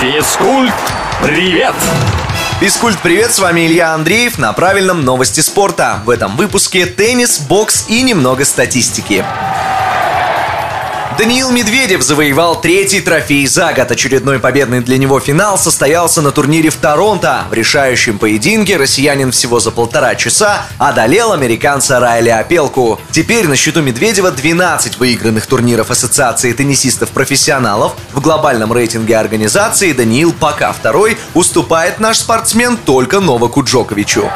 Физкульт, привет! Физкульт-привет, с вами Илья Андреев на правильном новости спорта. В этом выпуске теннис, бокс и немного статистики. Даниил Медведев завоевал третий трофей за год. Очередной победный для него финал состоялся на турнире в Торонто. В решающем поединке россиянин всего за 1,5 часа одолел американца Райли Опелку. Теперь на счету Медведева 12 выигранных турниров Ассоциации теннисистов-профессионалов. В глобальном рейтинге организации Даниил пока второй, уступает наш спортсмен только Новаку Джоковичу.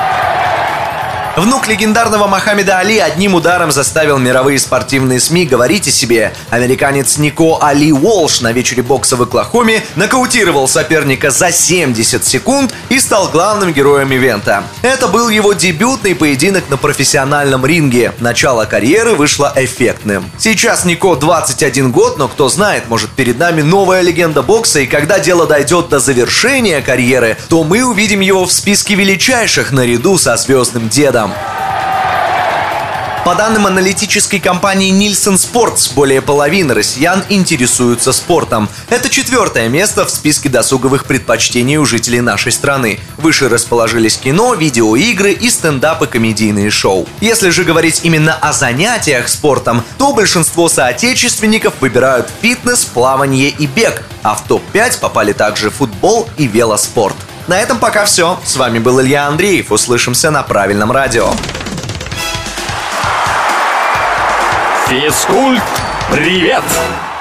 Внук легендарного Мохаммеда Али одним ударом заставил мировые спортивные СМИ говорить о себе. Американец Нико Али Уолш на вечере бокса в Оклахоме нокаутировал соперника за 70 секунд и стал главным героем ивента. Это был его дебютный поединок на профессиональном ринге. Начало карьеры вышло эффектным. Сейчас Нико 21 год, но кто знает, может перед нами новая легенда бокса, и когда дело дойдет до завершения карьеры, то мы увидим его в списке величайших наряду со звездным дедом. По данным аналитической компании Nielsen Sports, более половины россиян интересуются спортом. Это 4-е место в списке досуговых предпочтений у жителей нашей страны. Выше расположились кино, видеоигры и стендап-комедийные шоу. Если же говорить именно о занятиях спортом, то большинство соотечественников выбирают фитнес, плавание и бег, а в топ-5 попали также футбол и велоспорт. На этом пока все. С вами был Илья Андреев. Услышимся на правильном радио. Физкульт, привет!